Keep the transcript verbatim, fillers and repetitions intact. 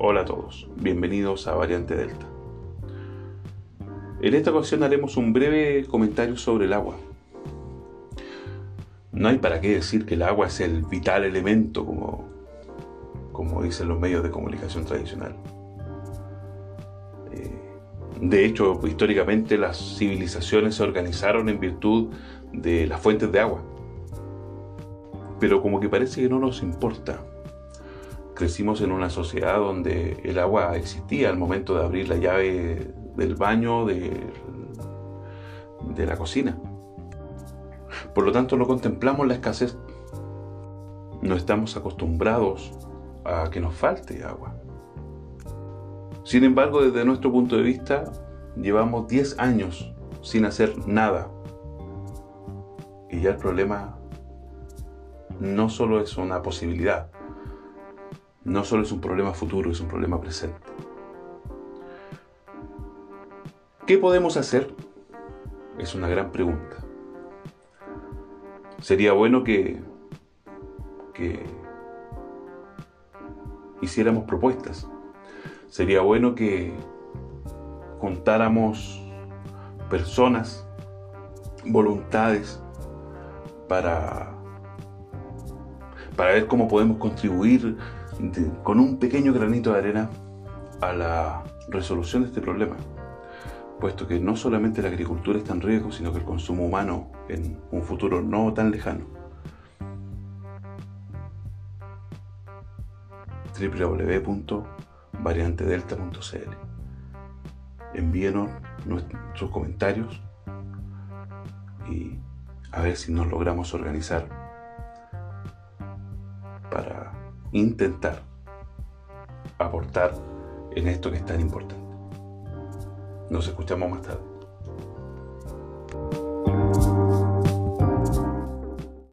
Hola a todos, bienvenidos a Variante Delta. En esta ocasión haremos un breve comentario sobre el agua. No hay para qué decir que el agua es el vital elemento, como, como dicen los medios de comunicación tradicional. Eh, de hecho, históricamente las civilizaciones se organizaron en virtud de las fuentes de agua. Pero como que parece que no nos importa. Crecimos en una sociedad donde el agua existía al momento de abrir la llave del baño, de, de la cocina. Por lo tanto, no contemplamos la escasez. No estamos acostumbrados a que nos falte agua. Sin embargo, desde nuestro punto de vista, llevamos diez años sin hacer nada. Y ya el problema no solo es una posibilidad, no solo es un problema futuro, es un problema presente. ¿Qué podemos hacer? Es una gran pregunta. Sería bueno que, que hiciéramos propuestas. Sería bueno que juntáramos personas, voluntades, para, para ver cómo podemos contribuir de, con un pequeño granito de arena a la resolución de este problema, puesto que no solamente la agricultura está en riesgo, sino que el consumo humano en un futuro no tan lejano. doble u doble u doble u punto variante delta punto c l. Envíenos nuestros comentarios y a ver si nos logramos organizar para intentar aportar en esto que es tan importante. Nos escuchamos más tarde.